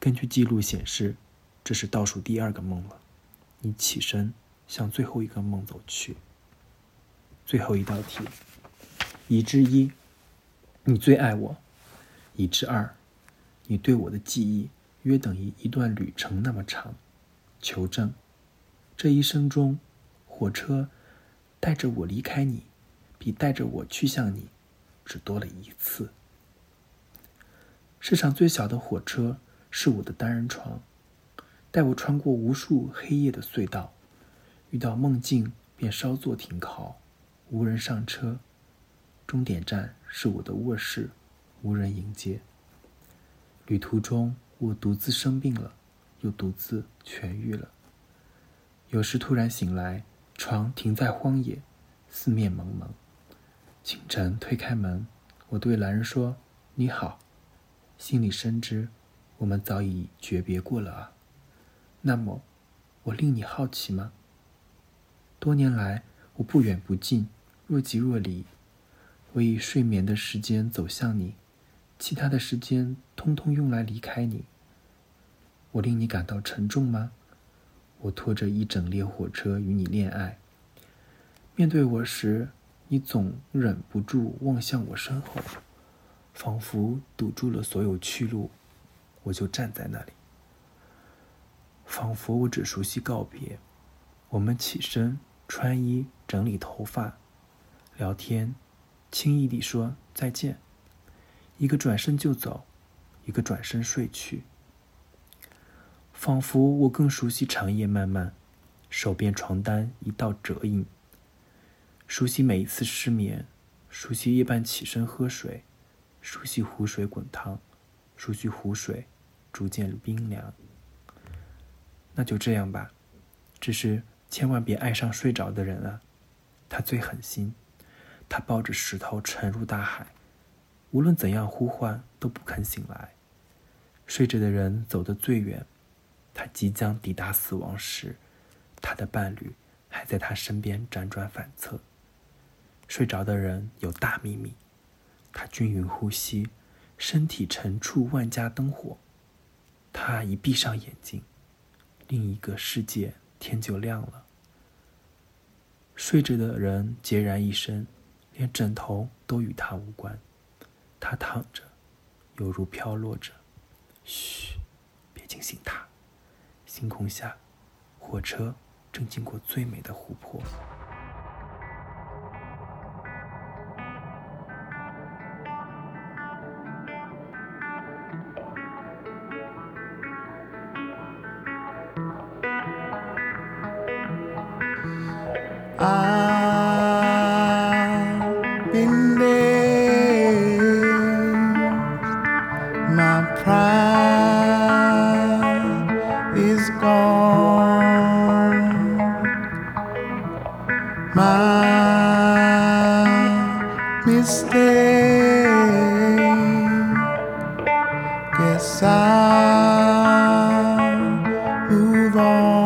根据记录显示，这是倒数第2个梦了。你起身向最后一个梦走去。最后一道题：已知1，你最爱我；已知2，你对我的记忆约等于一段旅程那么长。求证：这一生中，火车带着我离开你，比带着我去向你只多了1次。世上最小的火车是我的单人床，带我穿过无数黑夜的隧道，遇到梦境便稍作停靠，无人上车。终点站是我的卧室，无人迎接。旅途中，我独自生病了，又独自痊愈了。有时突然醒来，床停在荒野，四面蒙蒙。清晨推开门，我对来人说：“你好。”心里深知，我们早已诀别过了啊。那么，我令你好奇吗？多年来，我不远不近，若即若离。我以睡眠的时间走向你，其他的时间通通用来离开你。我令你感到沉重吗？我拖着一整列火车与你恋爱。面对我时，你总忍不住望向我身后，仿佛堵住了所有去路。我就站在那里，仿佛我只熟悉告别。我们起身穿衣，整理头发，聊天，轻易地说再见，一个转身就走，一个转身睡去。仿佛我更熟悉长夜漫漫，手边床单一道折印，熟悉每一次失眠，熟悉夜半起身喝水，熟悉湖水滚烫，熟悉湖水逐渐冰凉。那就这样吧，只是千万别爱上睡着的人啊，他最狠心，他抱着石头沉入大海，无论怎样呼唤都不肯醒来。睡着的人走得最远，他即将抵达死亡时，他的伴侣还在他身边辗转反侧。睡着的人有大秘密，他均匀呼吸，身体沉触万家灯火。他一闭上眼睛，另一个世界天就亮了。睡着的人孑然一身，连枕头都与他无关。他躺着，犹如飘落着。嘘，别惊醒他。星空下，火车正经过最美的湖泊。 I've been there, my pride is gone, my mistake, guess I'll move on.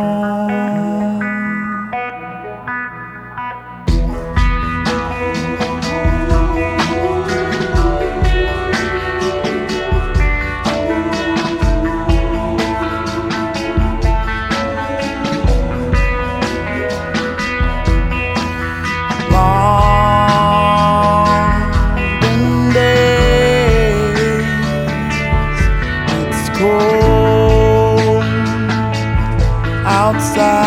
Outside